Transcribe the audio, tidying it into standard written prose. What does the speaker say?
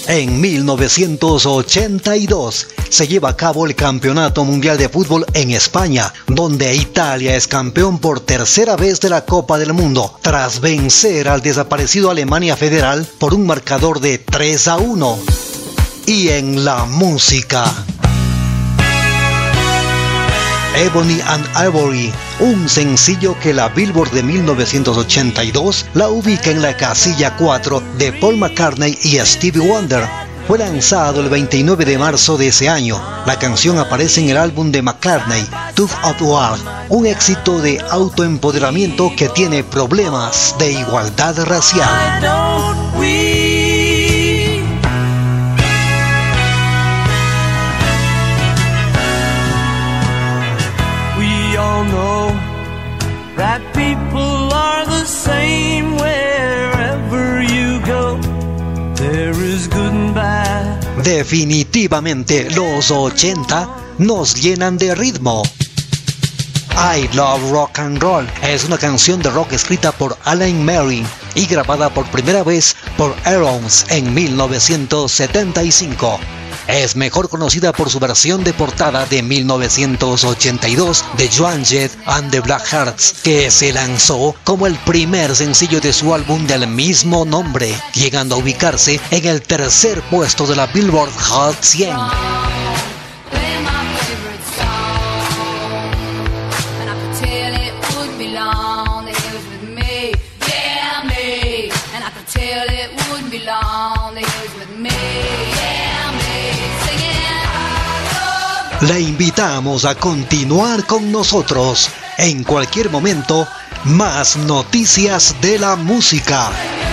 En 1982 se lleva a cabo el Campeonato Mundial de Fútbol en España, donde Italia es campeón por tercera vez de la Copa del Mundo, tras vencer al desaparecido Alemania Federal por un marcador de 3-1. Y en la música, Ebony and Ivory, un sencillo que la Billboard de 1982 la ubica en la casilla 4 de Paul McCartney y Stevie Wonder. Fue lanzado el 29 de marzo de ese año. La canción aparece en el álbum de McCartney, Tough of War, un éxito de autoempoderamiento que tiene problemas de igualdad racial. That people are the same wherever you go. There is good and bad. Definitivamente los 80 nos llenan de ritmo. I Love Rock and Roll es una canción de rock escrita por Alan Merrill y grabada por primera vez por Aarons en 1975. Es mejor conocida por su versión de portada de 1982 de Joan Jett and the Blackhearts, que se lanzó como el primer sencillo de su álbum del mismo nombre, llegando a ubicarse en el tercer puesto de la Billboard Hot 100. La invitamos a continuar con nosotros. En cualquier momento, más noticias de la música.